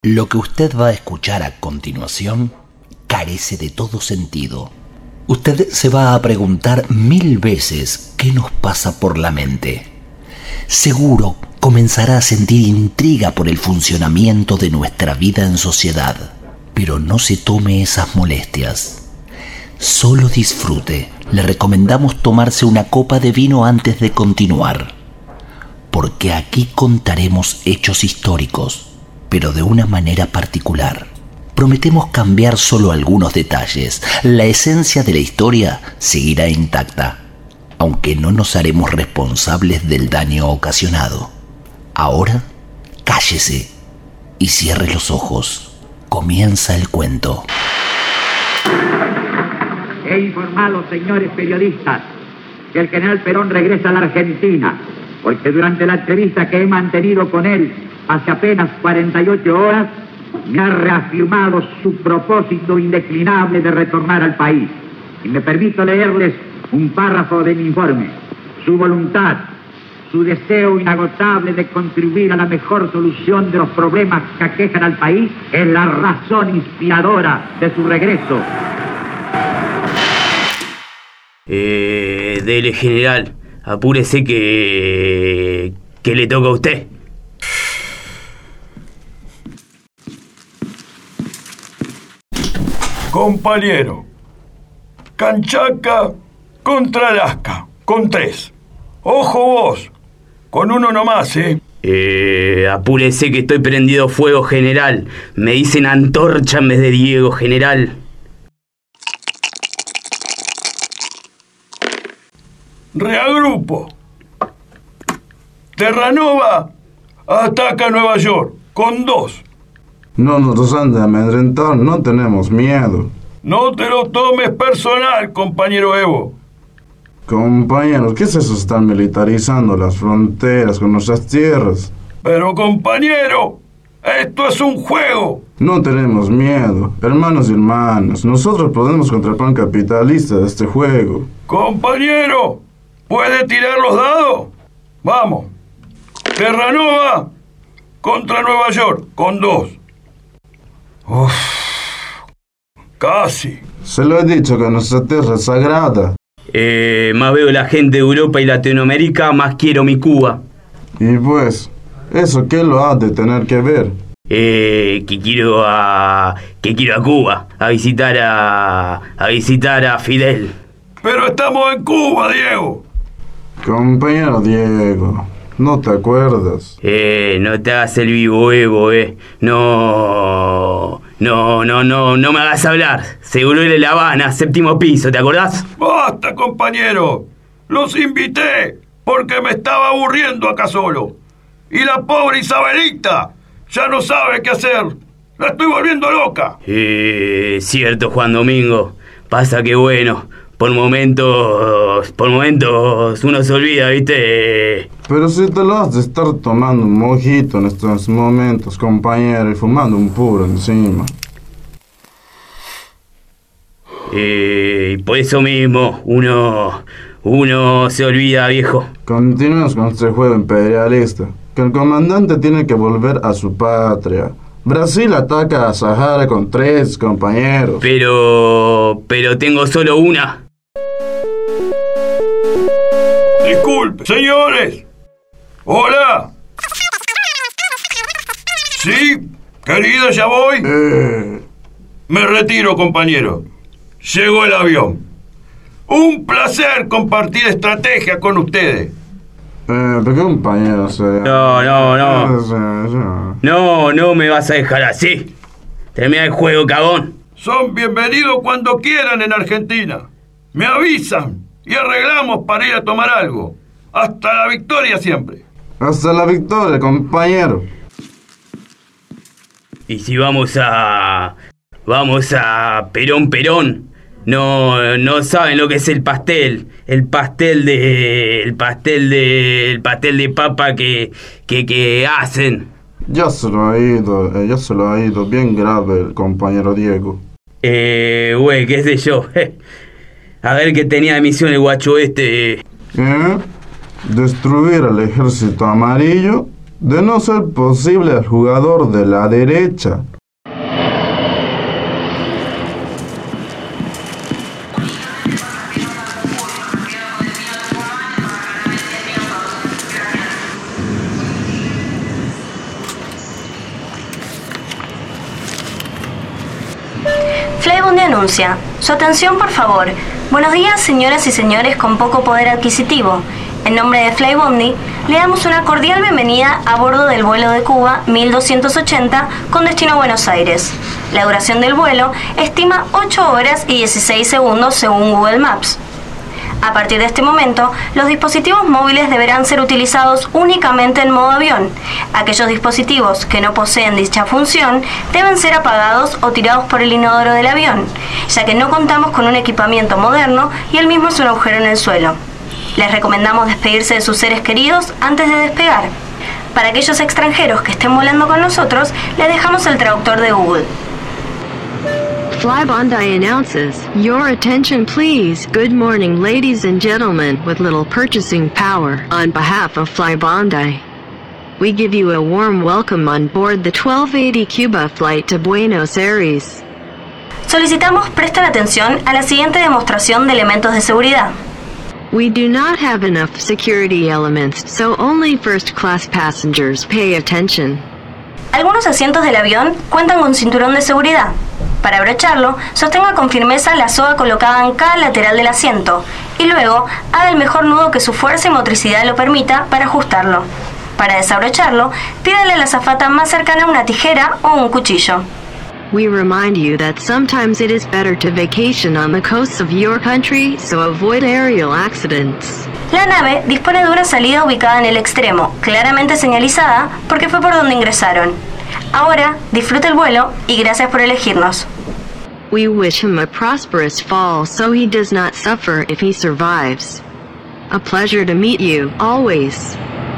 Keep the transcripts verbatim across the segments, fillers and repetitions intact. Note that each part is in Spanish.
Lo que usted va a escuchar a continuación carece de todo sentido. Usted se va a preguntar mil veces qué nos pasa por la mente. Seguro comenzará a sentir intriga por el funcionamiento de nuestra vida en sociedad, pero no se tome esas molestias. Solo disfrute. Le recomendamos tomarse una copa de vino antes de continuar, porque aquí contaremos hechos históricos, pero de una manera particular. Prometemos cambiar solo algunos detalles. La esencia de la historia seguirá intacta, aunque no nos haremos responsables del daño ocasionado. Ahora, cállese y cierre los ojos. Comienza el cuento. He informado, señores periodistas, que el general Perón regresa a la Argentina, porque durante la entrevista que he mantenido con él hace apenas cuarenta y ocho horas, me ha reafirmado su propósito indeclinable de retornar al país. Y me permito leerles un párrafo de mi informe. Su voluntad, su deseo inagotable de contribuir a la mejor solución de los problemas que aquejan al país es la razón inspiradora de su regreso. Eh, dele, general, apúrese que... que le toca a usted. Compañero, Canchaca contra Alaska, con tres. Ojo vos, con uno nomás, ¿eh? Eh, apúrese que estoy prendido fuego, general. Me dicen Antorcha en vez de Diego, general. Reagrupo. Terranova ataca Nueva York, con dos. No nos han de amedrentar, no tenemos miedo. No te lo tomes personal, compañero Evo. Compañeros, ¿qué es eso? Están militarizando las fronteras con nuestras tierras. Pero, compañero, esto es un juego. No tenemos miedo, hermanos y hermanas. Nosotros podemos contra el plan capitalista de este juego. Compañero, ¿puede tirar los dados? Vamos. Terranova contra Nueva York, con dos. Uf, casi. Se lo he dicho que nuestra tierra es sagrada. Eh, más veo la gente de Europa y Latinoamérica, más quiero mi Cuba. Y pues, ¿eso qué lo ha de tener que ver? Eh, que quiero a... que quiero a Cuba, a visitar a... a visitar a Fidel. Pero estamos en Cuba, Diego. Compañero Diego, ¿no te acuerdas? Eh, no te hagas el vivo, Evo, eh. No... No, no, no, no me hagas hablar. Seguro era La Habana, séptimo piso, ¿te acordás? ¡Basta, compañero! Los invité porque me estaba aburriendo acá solo. Y la pobre Isabelita ya no sabe qué hacer. La estoy volviendo loca. Eh, cierto, Juan Domingo. Pasa que bueno, por momentos, por momentos uno se olvida, ¿viste? Pero si te lo has de estar tomando un mojito en estos momentos, compañero, y fumando un puro encima. Eh, y por eso mismo, uno, uno se olvida, viejo. Continuemos con este juego imperialista, que el comandante tiene que volver a su patria. Brasil ataca a Sahara con tres, compañeros. Pero, pero tengo solo una. Disculpe, señores. Hola. Sí, querido, ya voy. Eh... Me retiro, compañero. Llegó el avión. Un placer compartir estrategia con ustedes. Eh, pero compañero, se... No, no, no. No, no me vas a dejar así. Termina el juego, cagón. Son bienvenidos cuando quieran en Argentina. Me avisan y arreglamos para ir a tomar algo. Hasta la victoria siempre. Hasta la victoria, compañero. Y si vamos a... Vamos a Perón Perón. No, no saben lo que es el pastel. El pastel de... El pastel de... El pastel de papa que... Que, que hacen. Ya se lo ha ido, eh, ya se lo ha ido bien grave el compañero Diego. Eh, güey, qué sé yo. A ver qué tenía de misión el guacho este. ¿Qué? Destruir al ejército amarillo De no ser posible el jugador de la derecha. Flybondi anuncia. Su atención, por favor. Buenos días, señoras y señores con poco poder adquisitivo. En nombre de Flybondi, le damos una cordial bienvenida a bordo del vuelo de Cuba mil doscientos ochenta con destino a Buenos Aires. La duración del vuelo estima ocho horas y dieciséis segundos según Google Maps. A partir de este momento, los dispositivos móviles deberán ser utilizados únicamente en modo avión. Aquellos dispositivos que no poseen dicha función deben ser apagados o tirados por el inodoro del avión, ya que no contamos con un equipamiento moderno y el mismo es un agujero en el suelo. Les recomendamos despedirse de sus seres queridos antes de despegar. Para aquellos extranjeros que estén volando con nosotros, les dejamos el traductor de Google. Flybondi announces, your attention please. Good morning, ladies and gentlemen with little purchasing power. On behalf of Flybondi, we give you a warm welcome on board the twelve eighty Cuba flight to Buenos Aires. Solicitamos presten atención a la siguiente demostración de elementos de seguridad. We do not have enough security elements, so only first-class passengers pay attention. Algunos asientos del avión cuentan con cinturón de seguridad. Para abrocharlo, sostenga con firmeza la soga colocada en cada lateral del asiento y luego haga el mejor nudo que su fuerza y motricidad lo permita para ajustarlo. Para desabrocharlo, pídale a la azafata más cercana una tijera o un cuchillo. We remind you that sometimes it is better to vacation on the coasts of your country, so avoid aerial accidents. La nave dispone de una salida ubicada en el extremo, claramente señalizada porque fue por donde ingresaron. Ahora, disfrute el vuelo y gracias por elegirnos. We wish him a prosperous fall so he does not suffer if he survives. A pleasure to meet you, always.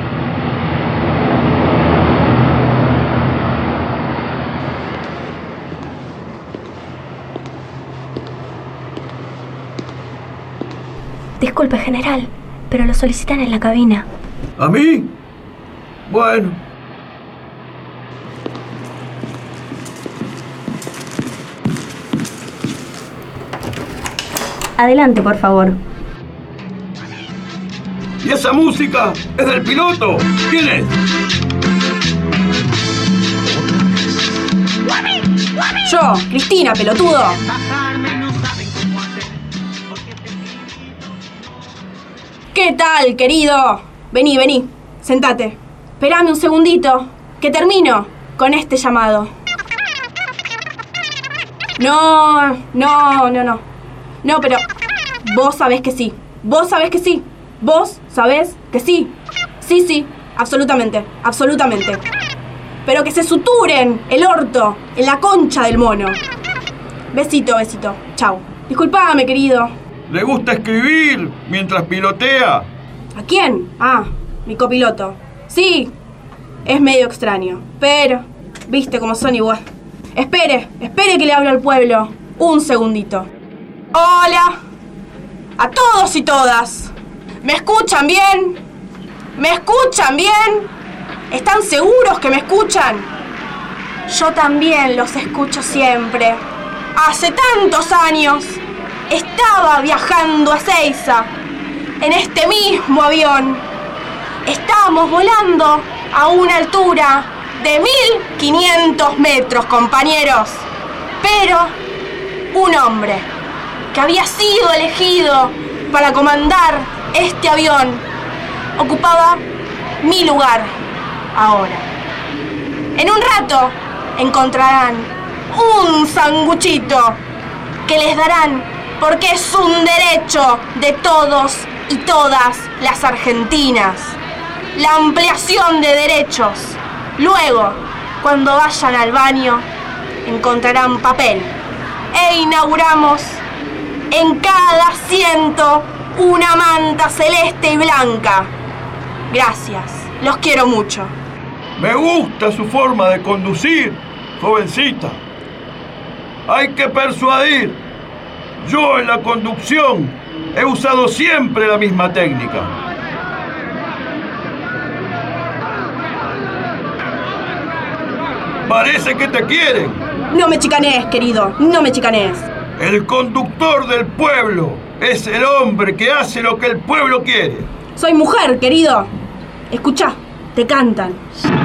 Disculpe, general, pero lo solicitan en la cabina. ¿A mí? Bueno. Adelante, por favor. ¿Y esa música? ¿Es del piloto? ¿Quién es? Yo, Cristina, pelotudo. ¿Qué tal, querido? Vení, vení, sentate. Esperame un segundito, que termino con este llamado. No, no, no, no. No, pero vos sabés que sí. Vos sabés que sí. Vos sabés que sí. Sí, sí, absolutamente, absolutamente. Pero que se suturen el orto en la concha del mono. Besito, besito. Chau. Disculpame, querido. ¿Le gusta escribir mientras pilotea? ¿A quién? Ah, mi copiloto. Sí, es medio extraño, pero viste cómo son igual. Espere, espere que le hablo al pueblo. Un segundito. Hola. A todos y todas. ¿Me escuchan bien? ¿Me escuchan bien? ¿Están seguros que me escuchan? Yo también los escucho siempre. Hace tantos años estaba viajando a Ezeiza en este mismo avión. Estamos volando a una altura de mil quinientos metros, compañeros. Pero un hombre que había sido elegido para comandar este avión ocupaba mi lugar ahora. En un rato encontrarán un sanguchito que les darán porque es un derecho de todos y todas las argentinas. La ampliación de derechos. Luego, cuando vayan al baño, encontrarán papel. E inauguramos en cada asiento una manta celeste y blanca. Gracias, los quiero mucho. Me gusta su forma de conducir, jovencita. Hay que persuadir. Yo en la conducción he usado siempre la misma técnica. Parece que te quieren. No me chicanees, querido, no me chicanees. El conductor del pueblo es el hombre que hace lo que el pueblo quiere. Soy mujer, querido. Escuchá, te cantan.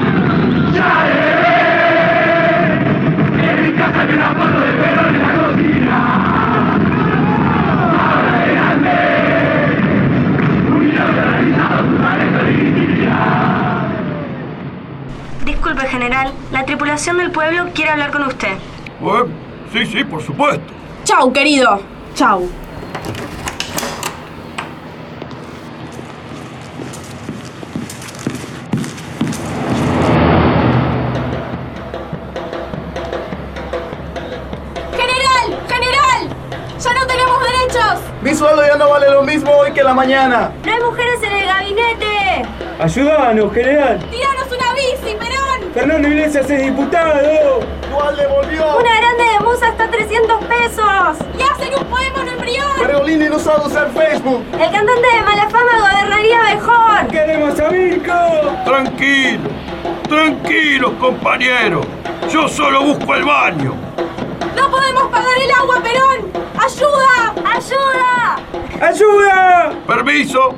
Disculpe, general, la tripulación del pueblo quiere hablar con usted. Bueno, sí, sí, por supuesto. Chau, querido. Chau. ¡General! ¡General! ¡Ya no tenemos derechos! Mi sueldo ya no vale lo mismo hoy que la mañana. ¡No hay mujeres en el gabinete! Ayúdanos, general. ¡Tiranos una bici, Perón! Fernando Iglesias es diputado. Dualde volvió. Una grande de musa está a trescientos pesos. ¡Y hacen un poema en embrión! Pergolini no sabe usar Facebook. El cantante de mala fama gobernaría mejor. ¡Queremos a Mirko! Tranquilo, tranquilos, compañeros. Yo solo busco el baño. ¡No podemos pagar el agua, Perón! ¡Ayuda! ¡Ayuda! ¡Ayuda! Permiso.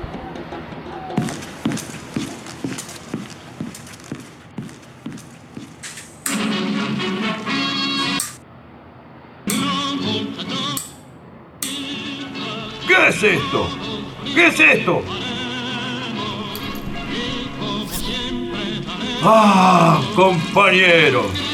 ¿Qué es esto? ¿Qué es esto? Ah, compañeros.